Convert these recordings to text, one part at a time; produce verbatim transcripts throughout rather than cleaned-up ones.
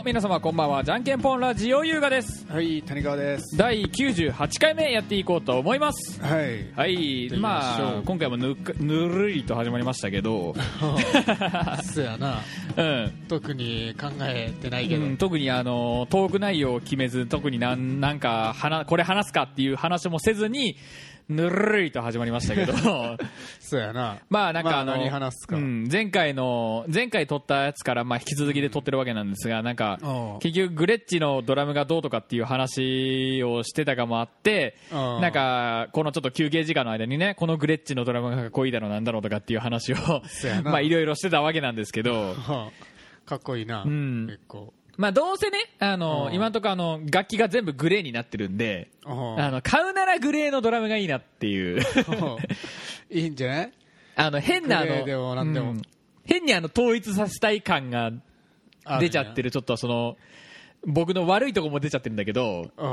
皆様こんばんは。じゃんけんぽんラジオ優雅です。 はい、谷川です。 だいきゅうじゅうはちかいめやっていこうと思います。 はい、 はい、まあ今回も ぬ, ぬるりと始まりましたけどそうやな、うん、特に考えてないけど、うん、 特にあのトーク内容を決めず、特に なん, なんか話これ話すかっていう話もせずにぬるりと始まりましたけどそうやな。 まあなんかあの、 まあ、何話すか、 うん、前回の前回撮ったやつからまあ引き続きで撮ってるわけなんですが、なんか結局グレッチのドラムがどうとかっていう話をしてたかもあって、なんかこのちょっと休憩時間の間にね、このグレッチのドラムがかっこいいだろうなんだろうとかっていう話をまあいろいろしてたわけなんですけどかっこいいな、 うん、 結構。 まあ、どうせね、あの今のところあの楽器が全部グレーになってるんで、あの買うならグレーのドラムがいいなっていういいんじゃない。 あの変なあのでもなんでも、うん、 変にあの統一させたい感が出ちゃってる、ちょっとその僕の悪いところも出ちゃってるんだけど、うん、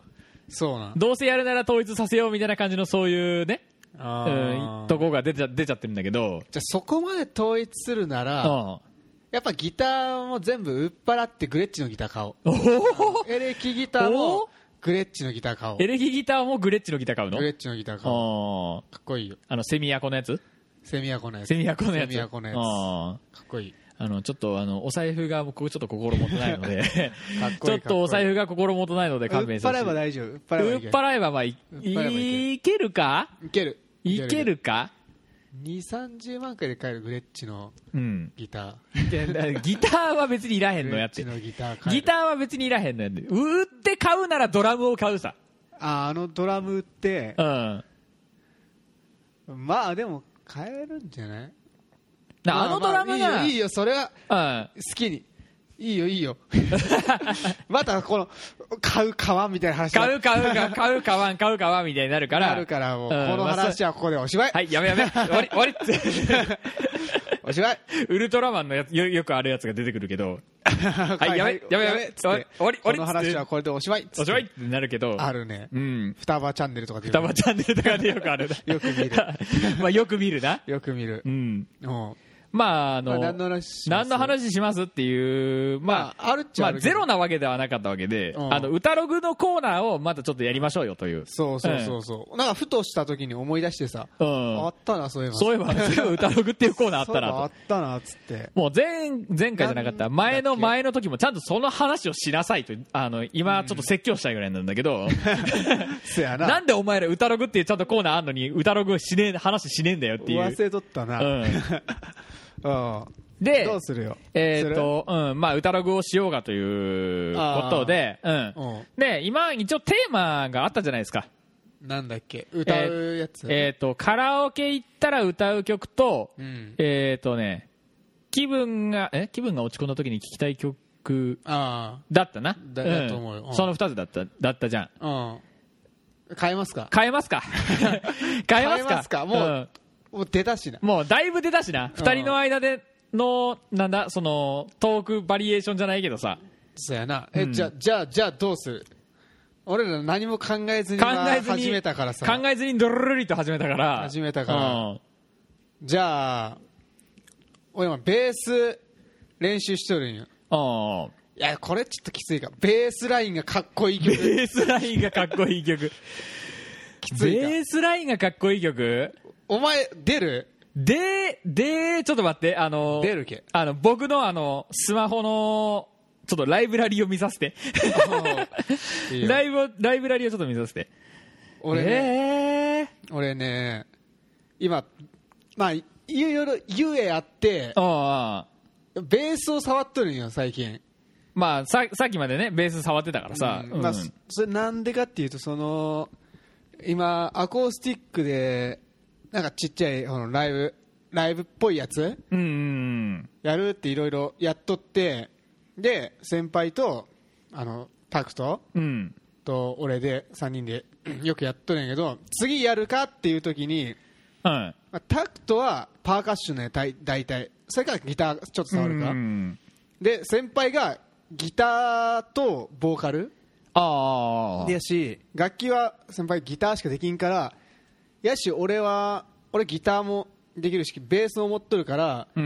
そうなん、 どうせやるなら統一させようみたいな感じのそういうね、あ、うん、ところが出ちゃ、出ちゃってるんだけど、 じゃあそこまで統一するなら、うん、やっぱギターも全部売っ払ってグレッチのギター買おう。エレキギターもグレッチのギター買おう。 エレキギターもグレッチのギター買うの？ グレッチのギター買おう。かっこいいよ。 あのセミヤコのやつ？ セミヤコのやつ。 セミヤコのやつ。 セミヤコのやつ。かっこいい。 あのちょっとあのお財布が僕ちょっと心もとないのでちょっとお財布が心もとないので勘弁して。 売っ払えば大丈夫。売っ払えばまあ い, いけるか？ いける。 いけるか？ にじゅう、さんじゅうまんくらいで買えるグレッチのギター、うん、ギターは別にいらへんのやって。 グレッチのギターギターは別にいらへんのやって。売って買うならドラムを買うさ。 あ、あのドラム売って、うん、まあでも買えるんじゃない？ あのドラムが、 まあまあいいよいいよ、それは好きに、いいよいいよまたこの買う買わんみたいな話、 買う買う買う買わん買う買わんみたいになるから、 なるからもう、うん、この話はここでおしまい。 はい、やめやめ終わり終わりおしまい。 ウルトラマンのやつ よ, よくあるやつが出てくるけどはいやめやめやめ終わり終わり、 この話はこれでおしまいおしまいってなるけど、 あるね、 うん、 双葉チャンネルとかで双葉チャンネルとかでよくあるよく見るまあよく見るな、 よく見る、うん、うんまああの、 まあ、何の話します？ 何の話しますっていう、まあ、 まあ、あるっちゃある、 まあ、ゼロなわけではなかったわけで、うん、あの歌ログのコーナーをまたちょっとやりましょうよという。 そうそうそうそう、うん、なんかふとした時に思い出してさ、うん、あったな、そういえばそういえば歌ログっていうコーナーあったなとあったなっつって、 もう 前, 前回じゃなかった前の前の時もちゃんとその話をしなさいと、あの今ちょっと説教したいぐらいなんだけど、うん、 そやな、 なんでお前ら歌ログっていうちゃんとコーナーあんのに歌ログしねえ話しねえんだよっていう。 忘れとったな、うんで、 どうするよ。 えっ、ー、と、うん、まあ、歌ログをしようかということで、うん。で、今、一応テーマがあったじゃないですか。 なんだっけ、歌うやつ。 えっ、ー、と、カラオケ行ったら歌う曲と、うん、えっ、ー、とね、気分が、え気分が落ち込んだ時に聴きたい曲だったな。 だ, だと思うよ、 うん。その二つだった、だったじゃん。うん。 変えますか変えますか変えますか変えますかもう、うんもう出たしな、 もうだいぶ出たしな、二人の間でのなんだそのトークバリエーションじゃないけどさ、 そうやな、え、うん、じゃじゃじゃあどうする？俺ら何も考えずに始めたからさ、 考えずにドルルリと始めたから始めたから、うん、じゃあ俺今ベース練習しとるんよ。ああ、いやこれちょっときついか、ベースラインがかっこいい曲、 ベースラインがかっこいい曲きついか、ベースラインがかっこいい曲、 お前出る？ で、で、ちょっと待って、あの、 出るけ。 あの、僕のあの、スマホの、ちょっとライブラリーを見させて。いいライブ、ライブラリーをちょっと見させて。 俺ね、えー、俺ね、今、まあ、いろいろゆえあって、ああベースを触っとるんよ、最近。 まあ、さ、さっきまでね、ベース触ってたからさ。 うんうん、まあ、それなんでかっていうと、その、今、アコースティックで、なんかちっちゃいこのライブライブっぽいやつ、うんうん、やるっていろいろやっとって、で先輩とあのタクト、うん、と俺でさんにんでよくやっとるんやけど、次やるかっていう時に、はい、まあ、タクトはパーカッションね大体、それからギターちょっと触るか、うん、で先輩がギターとボーカルあでやし、楽器は先輩ギターしかできんから、やし俺は俺ギターもできるしベースを持っとるから、うん、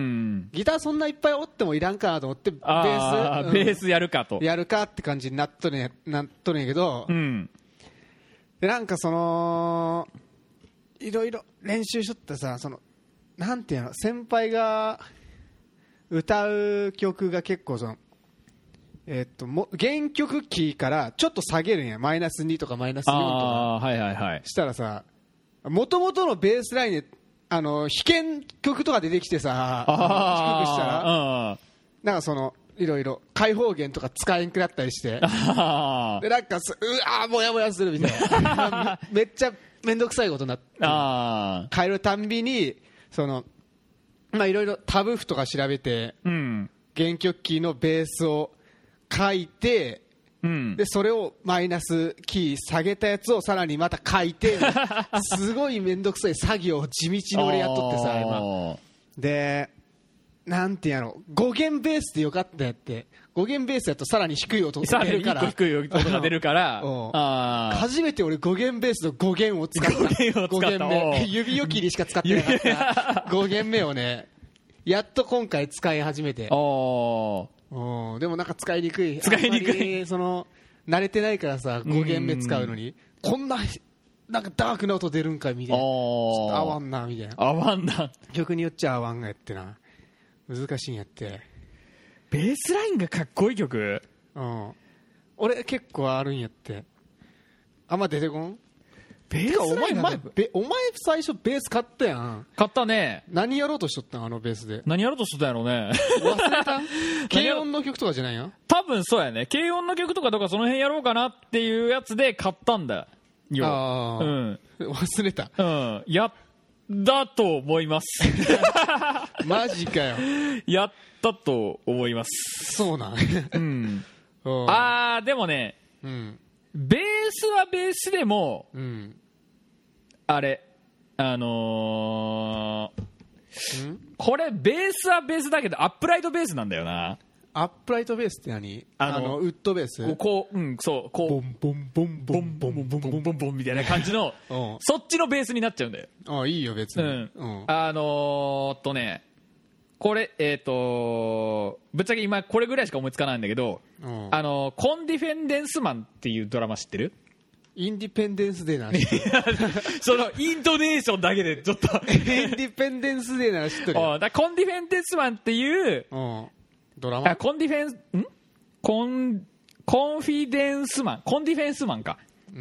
ギターそんないっぱい折ってもいらんかなと思ってベース、 うん、ベースやるかとやるかって感じになっとるんや、なっとるんやけど、うん、でなんかそのいろいろ練習しとってさ、そのなんていうの、先輩が歌う曲が結構そのえー、っとも原曲キーからちょっと下げるんや、マイナスにとかマイナスよんとか、 はいはいはい、 したらさ、もともとのベースラインであの弾けん曲とか出てきてさ、低くしたらなんかそのいろいろ開放弦とか使えんくなったりしてでなんかうわーもやもやするみたいなめっちゃ面倒くさいことになって変えるたんびにそのまあいろいろタブ譜とか調べて、うん、原曲キーのベースを書いて、うん、でそれをマイナスキー下げたやつをさらにまた書いてすごい面倒くさい作業を地道に俺やっとってさ今で、なんてやろう、ご弦ベースでよかったやって、ご弦ベースやとさらに低い音が出るから、 さらにいっこ低い音が出るからあ初めて俺ご弦ベースのご弦を使ったご弦目、指よきりしか使ってなかったご弦目をねやっと今回使い始めて、おおでもなんか使いにくい、 使いにくい、 その慣れてないからさご弦目使うのにこんななんかダークな音出るんかみたいな、ちょっと合わんなみたいな、 合わんな、 曲によっちゃ合わんがやってな、難しいんやって。 ベースラインがかっこいい曲、 うん、俺結構あるんやって。あんま出てこん。ベースラインがお前、お前最初ベース買ったやん。 買ったね。 何やろうとしとったんあのベースで。 何やろうとしとったんやろうね。 忘れた軽音の曲とかじゃないやん。 多分そうやね、軽音の曲とかとかその辺やろうかなっていうやつで買ったんだよ。ああ、うん、 忘れた。 うんやだと思いますマジかよ。 やったと思います。 そうなん、 うん、あーでもね、うん、ベースはベースでも、うん、あれあのーん、これベースはベースだけどアップライトベースなんだよな。 アップライトベースって何？あの、あのウッドベース？ こう、うん、そう、こう、ボンボンボンボンボンボンボンボンボンボンみたいな感じの、そっちのベースになっちゃうんだよ。 ああ、いいよ別に。うん。 うん、あのー、っとね、これ、えっ、ー、と、ぶっちゃけ今これぐらいしか思いつかないんだけど、あの、コンディフェンデンスマンっていうドラマ知ってる？ インディペンデンスデーならそのイントネーションだけでちょっとインディペンデンスデーなら知ってるよ。 だコンディフェンデンスマンっていう、うんドラマ？ あコンディフェンスんコンコンフィデンスマンコンディフェンスマンか、うん、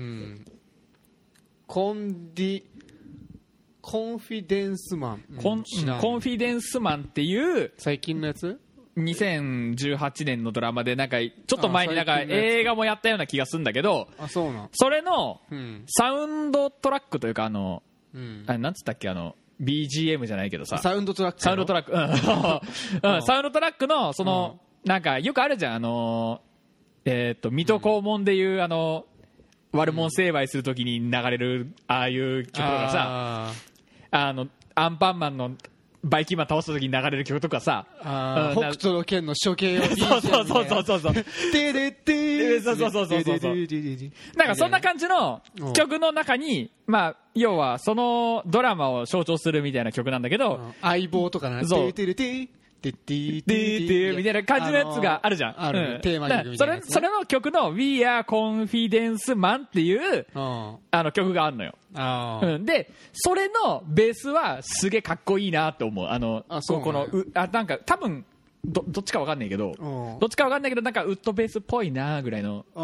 コンディコンフィデンスマン、 コン、うん、コンフィデンスマンっていう最近のやつにせんじゅうはちねんのドラマでなんかちょっと前になんか映画もやったような気がするんだけど、 あそうなん、 それのサウンドトラックというかあの、うん、あれなんつったっけあのビージーエム じゃないけどさ、 サウンドトラックサウンドトラック、うんうん、サウンドトラックのその、うん、なんかよくあるじゃん、あのえっ、ー、と水戸黄門でいう、うん、あの悪者成敗するときに流れるああいう曲とかさ、あのアンパンマンのバイキンマン倒したときに流れる曲とかさ、 あ、うん、北斗の拳の処刑をそうそうそうそうそうそうテレテそうそうそうそうそうなんかそんな感じの曲の中に、まあ要はそのドラマを象徴するみたいな曲なんだけど、 相棒とかな、 そうテレテテテテみたいな感じのやつがあるじゃん、 ある、テーマ曲みたいなやつね。それそれの曲の We Are Confidence Man っていうあの曲があるのよ。あ、うん、でそれのベースはすげえかっこいいなって思う。あのあそう、ね、このうあなんか多分 ど, どっちかわかんないけどどっちかわかんないけどなんかウッドベースっぽいなぐらいの、うん、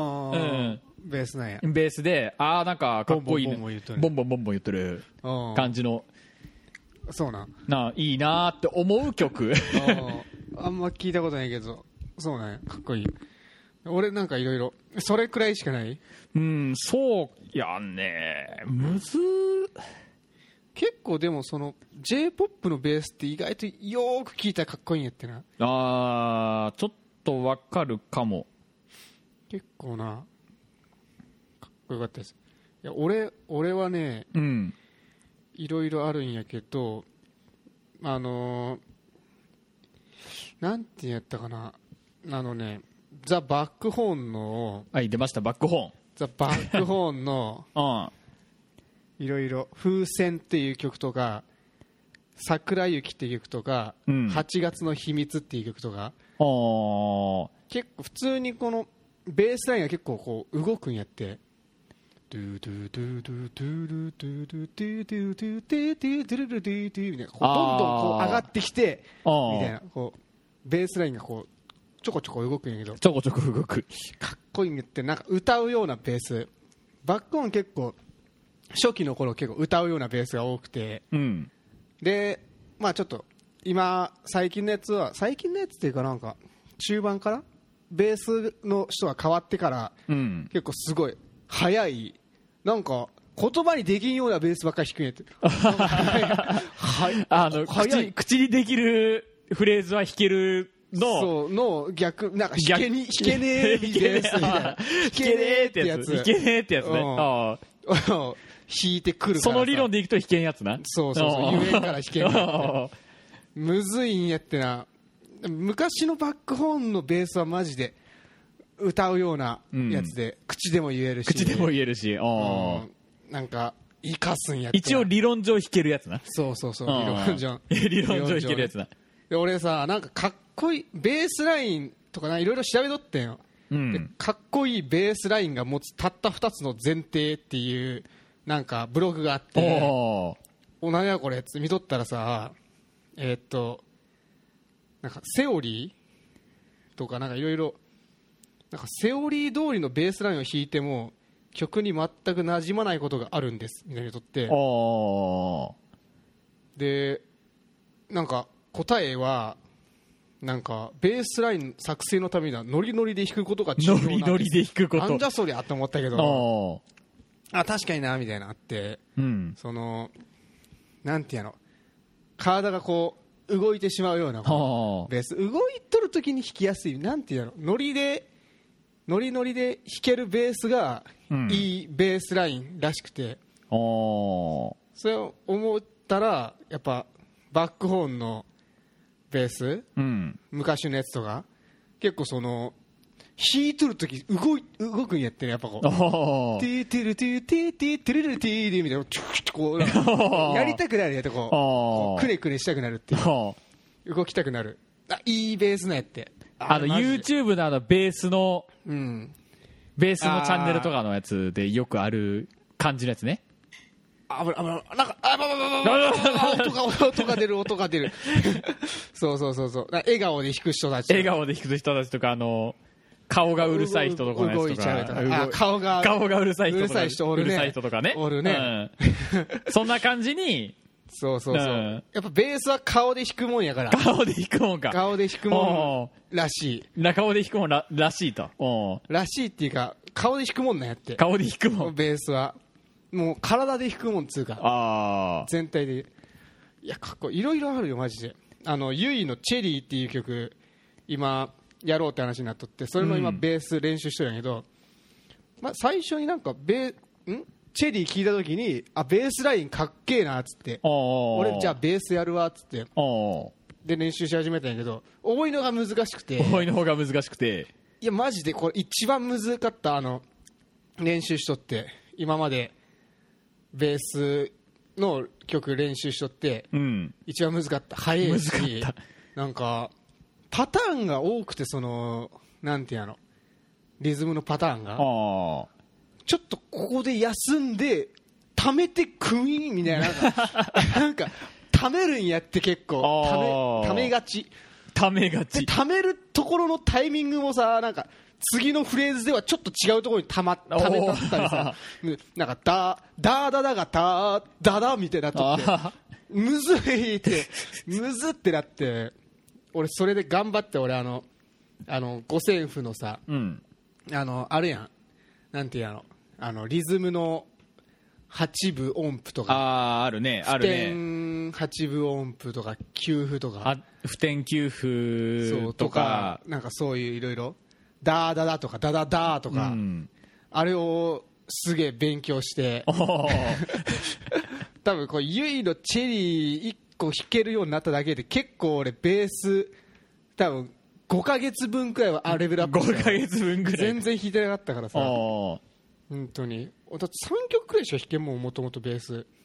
ベースなんや。 ベースでああなんかかっこいいね、ボンボンボンボンボンボン言ってる感じの、 そうなんないいなって思う曲あんま聞いたことないけどそうなんや、かっこいい。俺なんかいろいろそれくらいしかない。 うん、そうやんね、むず結構でもその J-ポップ のベースって意外とよーく聞いたらかっこいいんやってな。 あーちょっとわかるかも。 結構なかっこよかったです。いや俺俺はね、うん、いろいろあるんやけど、あのー、なんてやったかな、あのねザ・バックホーンの、 はい出ました、バックホーン、 ザ・バックホーンのいろいろ風船っていう曲とか桜雪っていう曲とか、うん、はちがつの秘密っていう曲とか、 あ結構普通にこのベースラインが結構こう動くんやって、ドゥドゥドゥドゥドゥドゥドゥドゥドゥドゥドゥドゥドゥドゥドゥドゥドゥドゥみたいな、どんどんこう上がってきてみたいな、こうベースラインがこうちょこちょこ動くんやけど、 ちょこちょこ動く、 かっこいいんやって。なんか歌うようなベース、バックオン結構初期の頃結構歌うようなベースが多くて、 うん、 でまあちょっと今最近のやつは最近のやつっていうかなんか中盤からベースの人が変わってから、うん、結構すごい速い、なんか言葉にできんようなベースばっかり弾くんやってあの 口, 口にできるフレーズは弾けるのそうの逆、なんか弾けに弾けねえみたいな弾けねえってやつ弾けねえってやつね、あ弾いてくるから、 その理論でいくと弾けんやつな、 そうそうそう、言えんから弾けんやつむずいんやってな。昔のバックホーンのベースはマジで歌うようなやつで、うん、口でも言えるし口でも言えるし、うん、 なんか生かすんやって、 一応理論上弾けるやつな、 そうそうそう、理論上理論上弾けるやつな。 で俺さ、なんかかっこいいベースラインとかないろいろ調べとってんよ、うん、でかっこいいベースラインが持つたったふたつの前提っていうなんかブログがあって、お何やこれって見とったらさ、えー、っとなんかセオリーとかなんかいろいろなんかセオリー通りのベースラインを弾いても曲に全く馴染まないことがあるんですみたいにとって、でなんか答えはなんかベースライン作成のためにはノリノリで弾くことが重要なんです。ノリノリで弾くこと、なんじゃそりゃって思ったけど、あ確かになみたいなあって、うん、そのなんていうの、体がこう動いてしまうようなベース、動いとるときに弾きやすい、なんていうの、ノリでノリノリで弾けるベースがいいベースラインらしくて、うん、それを思ったらやっぱバックホーンのベース、うん、昔のやつとか結構その弾いとるとき動い動くんやってね、やっぱこうティーティルティーティーティーティルルティーみたいなチュッチュこうやりたくなるやつ、こうこうくねくねしたくなるっていう動きたくなる、あいいベースなんやって。 ああの YouTube のあのベースの、うん、ベースのチャンネルとかのやつでよくある感じのやつね。 あぶあぶなんかあばばばば音が音が出る音が出るそうそうそうそう、笑顔で弾く人たち、 笑顔で弾く人たちとか、あの顔がうるさい人とかのやつとか、動いちゃうとか、 あ顔が顔がうるさい人とか、 うるさい人おるね、 うるさい人とかね、 おるね、 うん、そんな感じにそうそうそう、うん、やっぱベースは顔で弾くもんやから、 顔で弾くもんか、 顔で弾くもんらしい、 顔で弾くもん ら, らしいと、 らしいっていうか顔で弾くもんなんやって、 顔で弾くもん、 ベースはもう体で弾くもんっつうか、あ全体で、いやかっこいい、いろいろあるよマジで。あのユイのチェリーっていう曲今やろうって話になっとって、それの今ベース練習してるんやけど、うん、まあ、最初になんかベーんチェリー聞いた時にあベースラインかっけえなっつって、俺じゃあベースやるわっつってで練習し始めたんやけど、覚えのが難しくて、 覚えの方が難しくて、 いやマジでこれ一番難かった、あの練習しとって今までベースの曲練習しとって、うん、一番難かった、速いし、なんかパターンが多くて、そのなんていうのリズムのパターンがちょっとここで休んで溜めてクイーンみたいな、なんかなんか溜めるんやって、結構溜め、溜めがち溜めがち溜めるところのタイミングもさ、なんか次のフレーズではちょっと違うところにたま溜めたったりさ、なんかダダダダがダダダみたいになっとってむずいってむずってなって、俺それで頑張って、俺あのあの五線譜のさ、うん、あのあるやん、なんていうの、あのリズムの八分音符とか、 ああるね、あるね、 普天八分音符とか九符とか、 普天九符とか、 なんかそういういろいろダーダダとかダダダーとか、うん、あれをすげえ勉強して多分こうユイのチェリーいっこ弾けるようになっただけで結構俺ベース多分ごかげつぶんくらいはあレベルアップした、 ごかげつぶんくらい全然弾いてなかったからさ、本当にだってさんきょくくらいしか弾けんもん、もともとベース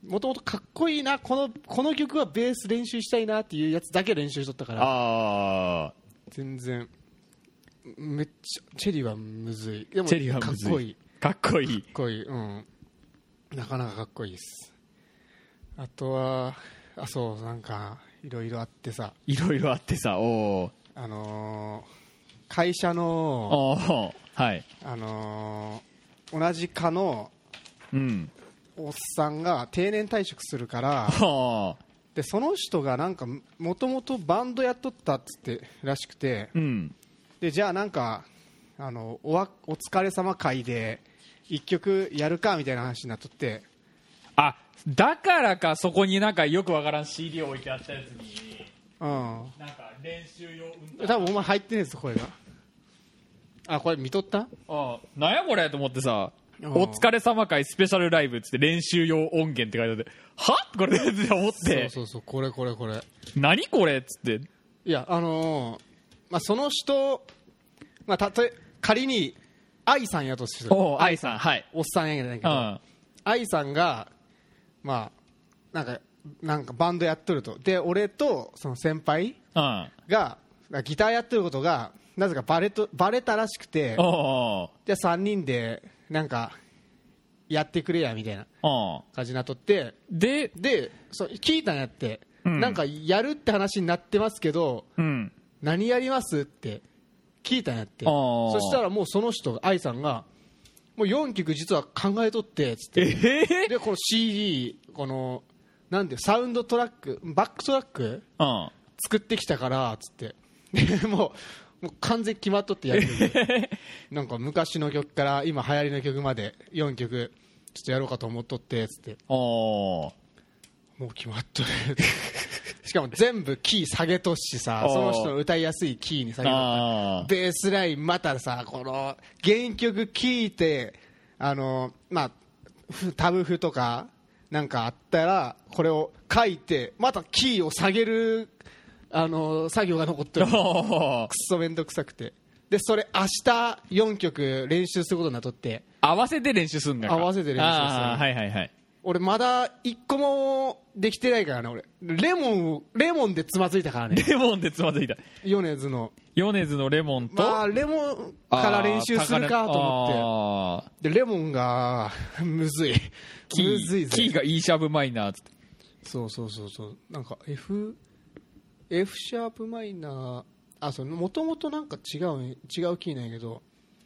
もともとかっこいいな、このこの曲はベース練習したいなっていうやつだけ練習しとったから、 あ全然めっちゃチェリーはむずい。でもチェリーはむずいかっこいいかっこいいかっこいい、うん、なかなかかっこいいです。あとはあそうなんかいろいろあってさいろいろあってさおあのー、会社のおはいあのー、同じ課のうんおっさんが定年退職するからでその人がなんかもともとバンドやっとったっつってらしくて、 うん、 でじゃあなんかあの お, わお疲れ様会で一曲やるかみたいな話になっとって、 あだからかそこになんかよくわからん シーディー 置いてあったやつに、 うん、 なんか練習用多分お前入ってねえぞ声が。あこれ見とった？ あなんやこれと思ってさ、お疲れ様会スペシャルライブっつって練習用音源って書いてあって、はこれって思って、 そうそうそうこれこれこれ何これっつって、 いやあのーまあ、その人、まあ、たとえ仮に愛さんやとする、 お愛さんはいおっさんやけど、 うん、 愛さんがまあなんかなんかバンドやっとると、で俺とその先輩が、うん、ギターやってることがなぜかバレとバレたらしくて、 おじゃあさんにんでなんかやってくれやみたいな感じになっとって、ででそう聞いたんやって、うん、なんかやるって話になってますけど、うん、何やりますって聞いたんやって、そしたらもうその人愛さんがもうよんきょく実は考えとってつって、えー、でこの シーディー このなんでサウンドトラックバックトラック、うん、作ってきたからつってもうもう完全に決まっとってやるなんか昔の曲から今流行りの曲までよんきょくちょっとやろうかと思っとってつって、もう決まっとるしかも全部キー下げとっしさ、その人の歌いやすいキーに下げとったベースラインまたさこの原曲聴いてあのまあタブ譜とかなんかあったらこれを書いてまたキーを下げるあの作業が残ってるくっそめんどくさくて、でそれ明日よんきょく練習することになっとって、 合わせて練習するんだか、 合わせて練習する、 はいはいはい、 俺まだ一個もできてないからね。俺レモンをレモンでつまずいたからね。 レモンでつまずいた。 米津の米津のレモンと、 まあレモンから練習するかと思って、でレモンがむずいキーむずいぜ。キーが E シャープマイナーつって、 そうそうそうそうなんか F F シャープマイナー、あそうもともとなんか違う違うキーなんやけど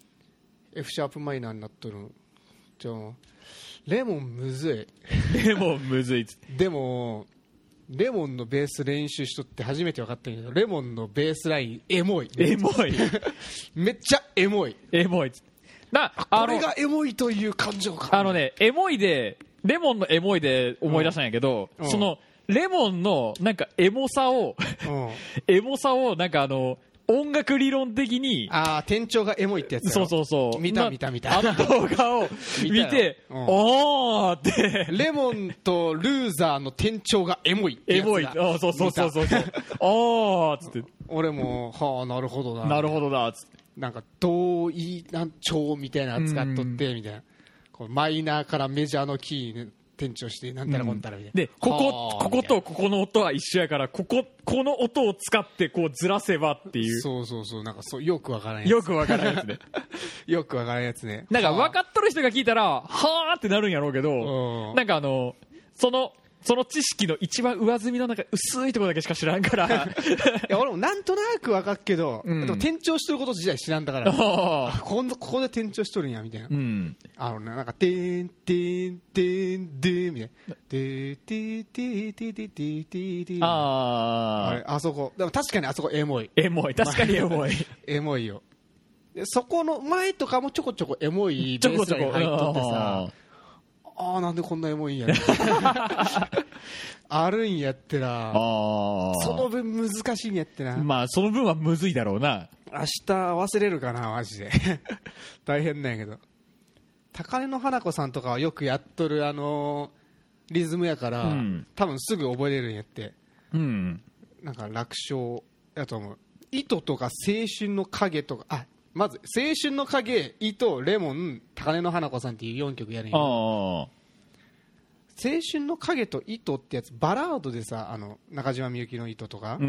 F シャープマイナーになっとる。じゃあレモンむずいレモンむずいっつってでもレモンのベース練習しとって初めて分かったけど、レモンのベースラインエモいエモいめっちゃエモいエモいっつってな、 これがエモいという感情か。 あのねエモいでレモンのエモいで思い出したんやけど、うん、そのレモンのなんかエモさを、うん、エモさをなんかあの音楽理論的に、 ああ店長がエモいってやつ。 そうそうそう見た見た見たあの動画を見て、うん、おーってレモンとルーザーの店長がエモいってやつがエモい、あそうそうそうそうそうおーっつって俺もはあなるほどななるほどだっつってなんか同意難聴みたいなの使っとってみたいな、こうマイナーからメジャーのキーに転調してなんたらこんたらみたいな、 うん、でこここことここの音は一緒やからこここの音を使ってこうずらせばっていう、 そうそうそうなんかそうよくわからんやつよくわからんやつねよくわからんやつね。 なんか分かっとる人が聞いたらはーってなるんやろうけど、なんかあのそのその知識の一番上積みの中薄いところだけしか知らんからいや俺もなんとなく分かっけど、うん、でも転調してること自体知らんだからここここで転調しとるんやみたいな、うん、あのねなんかてんてんてんでみたいなててててててててああれあそこでも確かにあそこエモいエモい確かにエモいエモいよ。でそこの前とかもちょこちょこエモいベースが入っとってさ、ああなんでこんなエモいんやあるんやってな、その分難しいんやってな。 まあその分はむずいだろうな。 明日忘れるかなマジで大変なんやけど、高根の花子さんとかはよくやっとるあのー、リズムやから、うん、多分すぐ覚えれるんやって、うん、なんか楽勝やと思う。糸とか青春の影とか、あまず青春の影、糸、レモン、高根の花子さんっていうよんきょくやるんや。 青春の影と糸ってやつバラードでさ、あの中島みゆきの糸とか、 うん、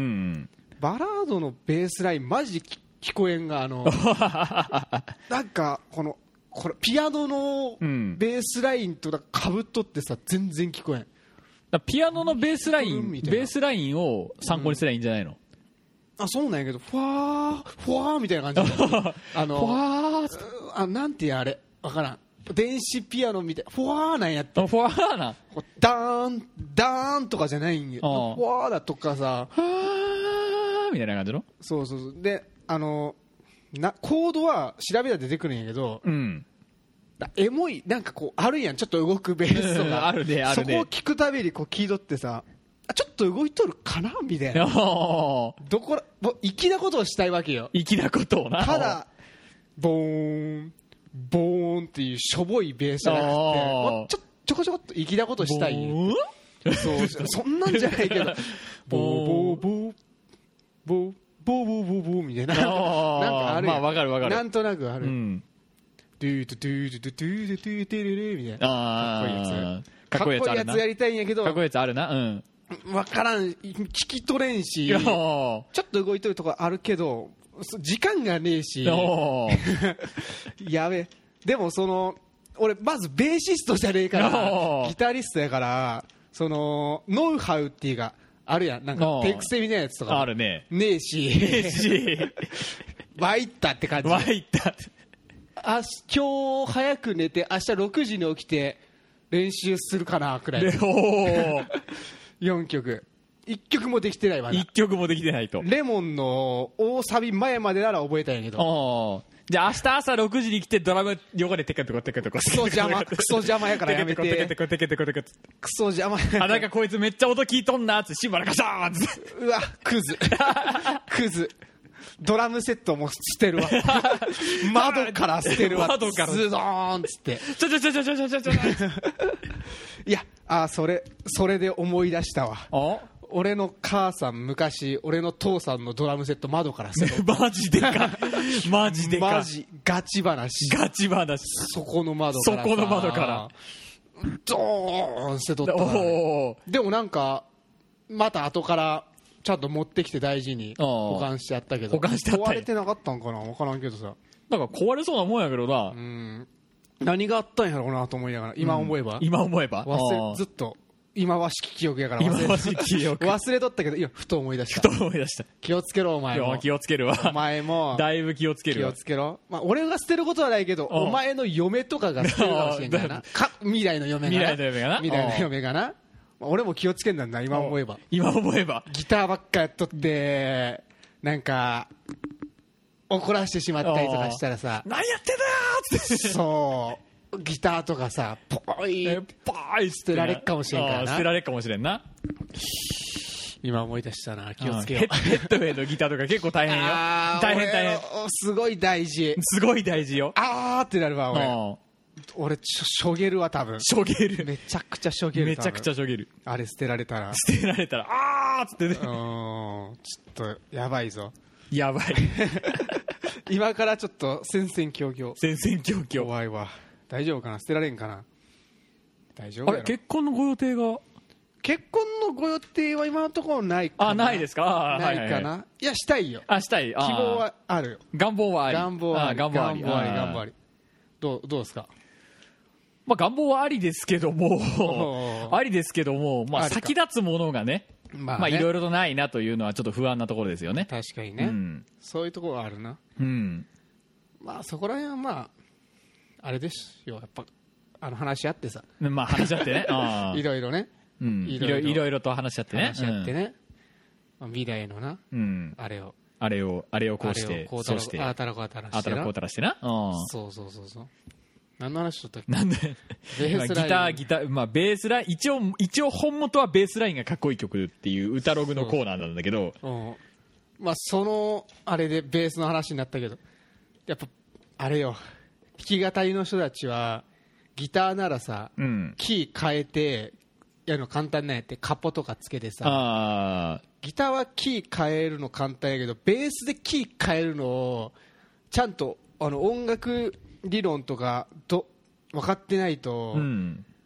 バラードのベースラインマジで聞こえんが、あのなんかこのこれピアノのベースラインとかぶっとってさ全然聞こえん。 だピアノのベースラインベースラインを参考にすればいいんじゃないの、 うん、あそうなんやけどファーファーみたいな感じあのファーあなんてやあれわからん、電子ピアノみたいなフワーなんやって、 フワーなダーンダーンとかじゃないんよ、フワーだとかさ、 フワーみたいな感じの、 そうそうそう、であのなコードは調べたら出てくるんやけど、 うん、 エモいなんかこうあるやん、ちょっと動くベースとかあるねあるね、 そこを聞くたびにこう聞いとってさ、あちょっと動いとるかなみたいなどこらもう粋なことをしたいわけよ、 粋なことをな、 ただボーンボーンっていうしょぼいベースじゃなくて、もうちょちょこちょこっと粋なことしたい、そうそんなんじゃないけどボーボーボーボーボーボーボーボーみたいな、なんかあるやん、 まあわかるわかる、 なんとなくある、 うん、 ドゥドゥドゥドゥドゥドゥドゥドゥルルみたいな、 かっこいいやつ、かっこいいやつやりたいんやけど、 かっこいいやつあるな、うん、 分からん、聞き取れんし、ちょっと動いとるとこあるけど時間がねえしやべえ、でもその俺まずベーシストじゃねえからギタリストやから、そのノウハウっていうかあるやん、なんか手癖みたいなやつとかあるねねえし参ったって感じ、 参ったあ今日早く寝て明日ろくじに起きて練習するかなくらいよんきょくいっきょくもできてないわな、 いっきょくもできてないと、 レモンの大サビ前までなら覚えたんやけど、 じゃあ明日朝ろくじに来てドラム横でテケテコテケテコクソ邪魔クソ邪魔やからやめて、 テケテコテケテコテケテコクソ邪魔やから、 あなんかこいつめっちゃ音聞いとんなってシンバルガシャーンってうわクズクズドラムセットも捨てるわ窓から捨てるわ窓からズドーンっつってちょちょちょちょちょちょちょちょいやあそれそれで思い出したわ、 あ俺の母さん昔俺の父さんのドラムセット窓から捨てるマジでかマジでかマジガチ話ガチ話、 そこの窓からそこの窓からドーン捨てとったから、ね、でもなんかまた後からちゃんと持ってきて大事に保管してやったけど、 保管してやった壊れてなかったんかな分からんけどさ、 なんか壊れそうなもんやけどな、 うん何があったんやろうなと思いながら今思えば、うん、 今思えば忘れずっと今はしき記憶やから忘れ今はしき記憶忘れとったけど今ふと思い出したふと思い出した、 気をつけろお前も気をつけるわ、 お前もだいぶ気をつけるわ、 気をつけろ、まあ、俺が捨てることはないけどお前の嫁とかが捨てるかもしれんからなか未来の嫁がな未来の嫁がな未来の嫁がな、まあ、俺も気をつけんだんな今思えば今思えばギターばっかやっとってなんか怒らしてしまったりとかしたらさ何やってんだよってそうギターとかさポイーポイ捨てられっかもしれんからな、 捨てられっかもしれんな、 今思い出したな、気をつけよう、 ヘッドウェイのギターとか結構大変よ大変大変すごい大事すごい大事よ、 あーってなるわ俺俺ちょしょげるわ多分しょげるめちゃくちゃしょげるめちゃくちゃしょげるあれ捨てられたら捨てられたらあーっつってね、うんちょっとやばいぞやばい今からちょっと戦々恐々 戦々恐々 怖いわ大丈夫かな、捨てられんかな、大丈夫やろ、 あれ結婚のご予定が結婚のご予定は今のところないかな、 あないですか、 ないかな、はいはいはい、いやしたいよ、 あしたい、 希望はあるよ、 願望はあり、 願望はあり、 願望はあり、 願望あり、願望あり、どうどうですか、 まあ願望はありですけどもありですけども、まあ先立つものがね、まあいろいろとないなというのはちょっと不安なところですよね。 確かにね、うん、そういうところはあるな、 うん、 まあそこら辺はまああれですよ、やっぱあの話し合ってさ、 まあ話し合ってねいろいろね、 うん、いろいろいろと話し合ってね、 話し合ってね、うんまあ、未来のな、うん、あれをあれをあれをこうしてこうそうしてあたらこうたらしてな、 あたらこうたらしてな、 そうそうそうそう、何の話しとったっけ、 なんでベースライン、ギターギター、まあベースライン、一応一応本元はベースラインがかっこいい曲っていう歌ログのコーナーなんだけど、 うん、まあそのあれでベースの話になったけど、やっぱあれよ、弾き語りの人たちはギターならさ、うん、キー変えてやるの簡単なんやって、カポとかつけてさ、あギターはキー変えるの簡単やけどベースでキー変えるのをちゃんとあの音楽理論とかど分かってないと、うん、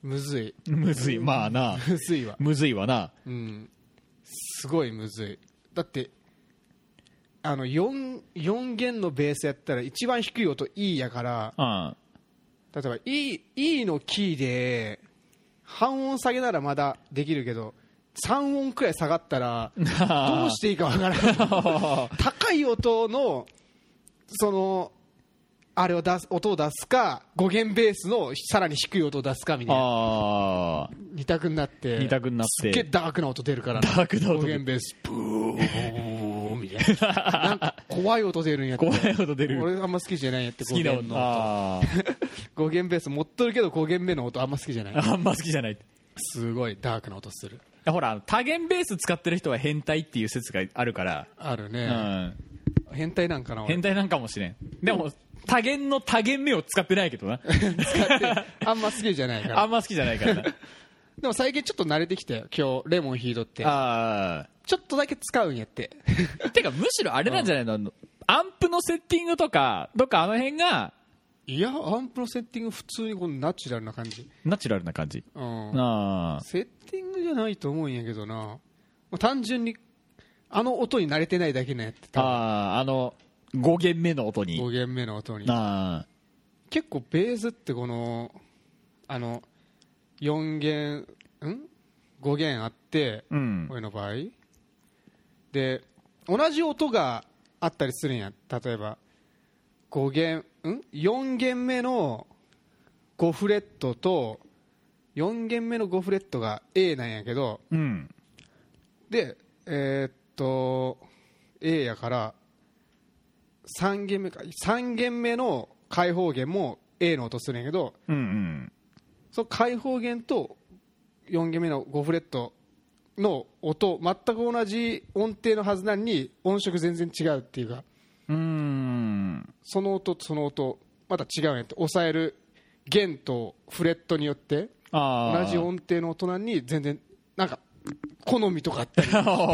むずいむずいまあなむずいわむずいわな、 うん、すごいむずい。だってあの 4, 4弦のベースやったら一番低い音 E やから、うん、例えば E, E のキーで半音下げならまだできるけどさん音くらい下がったらどうしていいかわからない高い音のそのあれを出す音を出すかご弦ベースのさらに低い音を出すかみたいな二択になって二択になってすっげえダークな音出るからダークな音ご弦ベースブーみたいななんか怖い音出るんやって怖い音出る俺あんま好きじゃないんやって好きな音ご弦ベース持っとるけどご弦目の音あんま好きじゃないあんま好きじゃないすごいダークな音する。 ほら多弦ベース使ってる人は変態っていう説があるからあるね、 うん、 変態なんかな変態なんかもしれん。でも多弦の多弦目を使ってないけどな使ってあんま好きじゃないからあんま好きじゃないからなでも最近ちょっと慣れてきたよ今日レモンヒードってあちょっとだけ使うんやっててかむしろあれなんじゃないの、うん、アンプのセッティングとかどっかあの辺がいやアンプのセッティング普通にこのナチュラルな感じナチュラルな感じ、 うん、あセッティングじゃないと思うんやけどな単純にあの音に慣れてないだけなんやってたああのご弦目の音にご弦目の音にあ結構ベースってこのあのよん弦んご弦あって、うん、俺の場合で同じ音があったりするんや例えばご弦んよん弦目のごフレットとよん弦目のごフレットが A なんやけど、うん、でえー、っと A やからさん弦目かさん弦目の開放弦も A の音するんやけど、うんうん、その開放弦とよん弦目のごフレットの音全く同じ音程のはずなのに音色全然違うっていうかうーんその音とその音また違うんやって抑える弦とフレットによって同じ音程の音なのに全然なんか好みとかあったり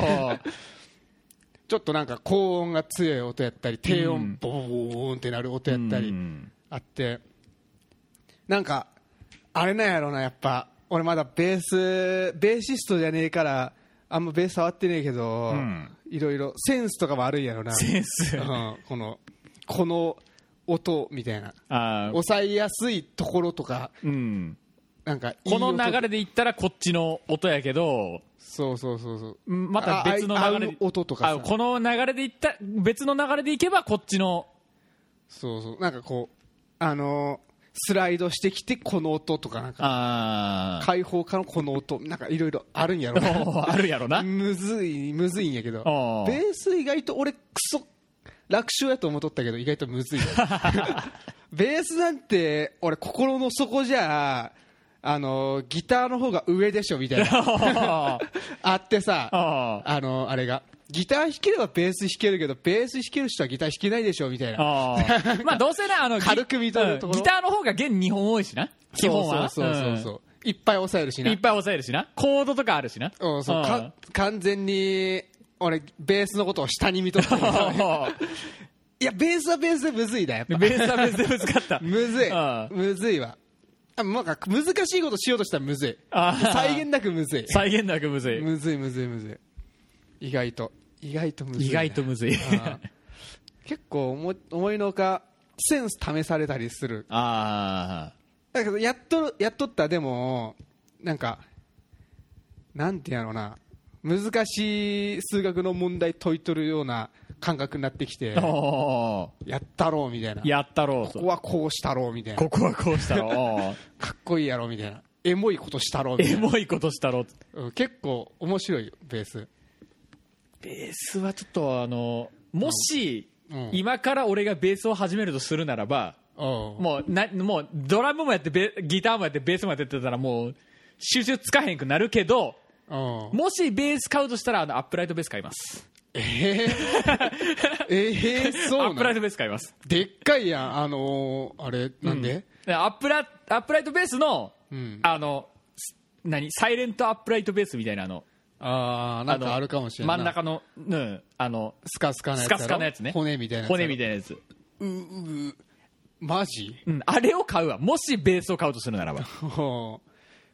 ちょっとなんか高音が強い音やったり低音ボーンってなる音やったりあってなんかあれなんやろうなやっぱ俺まだベースベーシストじゃねえからあんまベース触ってねえけど、うん、いろいろセンスとかもあるんやろなセンス、 うん、このこの音みたいな抑えやすいところとか、うん、なんかいいこの流れでいったらこっちの音やけどそうそうそうそうまた別の流れで音とかさこの流れでいった別の流れでいけばこっちのそうそうなんかこうあのースライドしてきてこの音とかなんか開放化のこの音なんかいろいろあるんやろなあるやろなむずいむずいんやけどベース意外と俺クソ楽勝やと思っとったけど意外とむずいベースなんて俺心の底じゃあのギターの方が上でしょみたいなあってさあのあれがギター弾ければベース弾けるけどベース弾ける人はギター弾けないでしょみたいなあまあどうせねあの軽く認めるところ、 うん、ギターの方が弦にほん多いしな基本はそうそうそうそう、うん、いっぱい抑えるしないっぱい抑えるしなコードとかあるしなうんそう、うん、か完全に俺ベースのことを下に見とってるいやベースはベースでむずいだやっぱベースはベースでむずかったむずいむずいわあなんか難しいことしようとしたらむずい際限なくむずい際限なくむずいむずいむずいむずい意外と意外とむずい、ね、 意外とむずい結構思い思いのほかセンス試されたりするあだけどやっとやっとったでもなんかなんてやろうな難しい数学の問題解いとるような感覚になってきてやったろうみたいなやったろうここはこうしたろうみたいなここはこうしたろうかっこいいやろみたいなエモいことしたろうみたいなエモいことしたろう、 うん、結構面白いよベースベースはちょっとあのもし、うん、今から俺がベースを始めるとするならば、うん、もうなもうドラムもやってベギターもやってベースもやってってたらもう収集つかへんくなるけど、うん、もしベース買うとしたらあのアップライトベース買いますえー、えー、そうなのアップライトベース買いますでっかいやんあのー、あれなんで、 うん、アップラアップライトベースの、うん、あの何サイレントアップライトベースみたいなのああなんかあるかもしれない真ん中の、うん、あのスカスカなやつスカスカなやつね骨みたいなやつ骨みたいなやつううマジ、 うん、あれを買うわもしベースを買うとするならば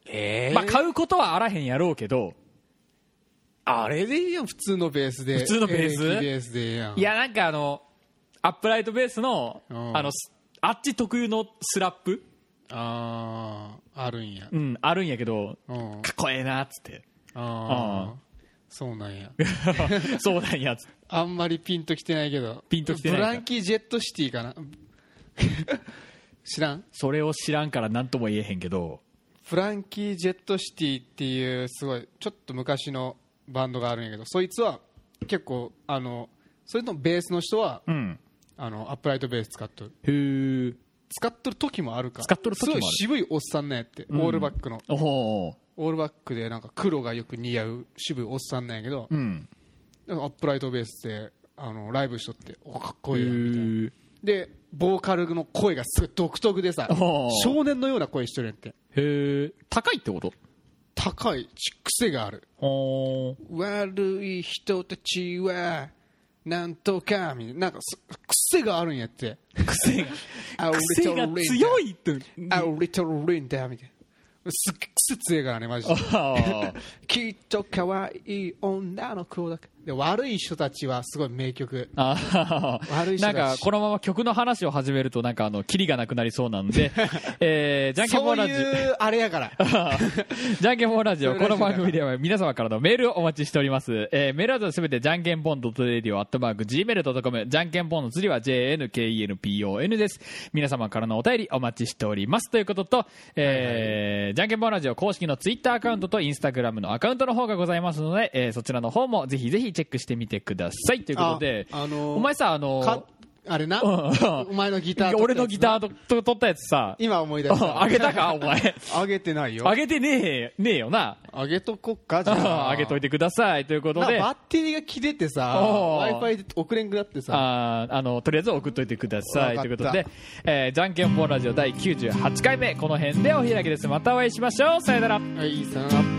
えー、 まあ買うことはあらへんやろうけど、 あれでいいやん、普通のベースで。 普通のベースエレキベースでいいやん。 いやなんかあのアップライトベースの、うん、あのあっち特有のスラップ、 あああるんや、 うん、あるんやけど、 うん、 かっこええなっつって、 ああそうなんやそうなんやつあんまりピンときてないけど、 ピンときてないか。 ブランキー・ジェット・シティかな知らん。 それを知らんから何とも言えへんけど、 フランキー・ジェット・シティっていうすごいちょっと昔のバンドがあるんやけど、そいつは結構あのそれとベースの人は、 うん、 あのアップライトベース使っとる。 へえ。 使っとる時もあるか。 使っとる時もある。 すごい渋いおっさんなんやって、うん、オールバックの。 おオールバックでなんか黒がよく似合う渋いおっさんなんやけど、 うん、 アップライトベースであのライブしとって、おかっこいいやみたいな。でボーカルの声がすごい独特でさ、少年のような声しとるやんって。 へえ。高いってこと？ 高い、癖がある。悪い人たちはなんとかみたいな、なんか癖があるんやって。 癖が癖が強いって。 あ、リトルリンダみたいな。すっげえ癖強いからねマジできっと可愛い女の子だけで、悪い人たちはすごい名曲。 あ悪い人たちなんかこのまま曲の話を始めるとなんかあのキリがなくなりそうなんで、えー、じゃんけんぽんラジオ、 そういうあれやからじゃんけんぽんラジオ、この番組では皆様からのメールをお待ちしております。えー、メールアドレスすべてじゃんけんぽん .radio アットマーク ジーメール ドットコム、 じゃんけんぽんの次は ジェーエヌケーイーエヌピーオーエヌ です。皆様からのお便りお待ちしておりますということと、えーはいはい、じゃんけんぽんラジオ公式のツイッターアカウントとインスタグラムのアカウントの方がございますので、えー、そちらの方もぜひぜひチェックしてみてくださいということで、 あ、あのー、 お前さ、あのー、 あれな、うん、お前のギター俺のギターと撮ったやつさ、 今思い出した。 あげたかお前。 あげてないよ。 あげてねえねえよな。 あげとこっかじゃあ。 あげといてくださいということで。 バッテリーが切れてさ、Wi-Fi で送れんくなってさ。 ああのとりあえず送っといてくださいということで、えー、じゃんけんぽんラジオだいきゅうじゅうはちかいめこの辺でお開きです。またお会いしましょう。さよなら。 はい、さよなら。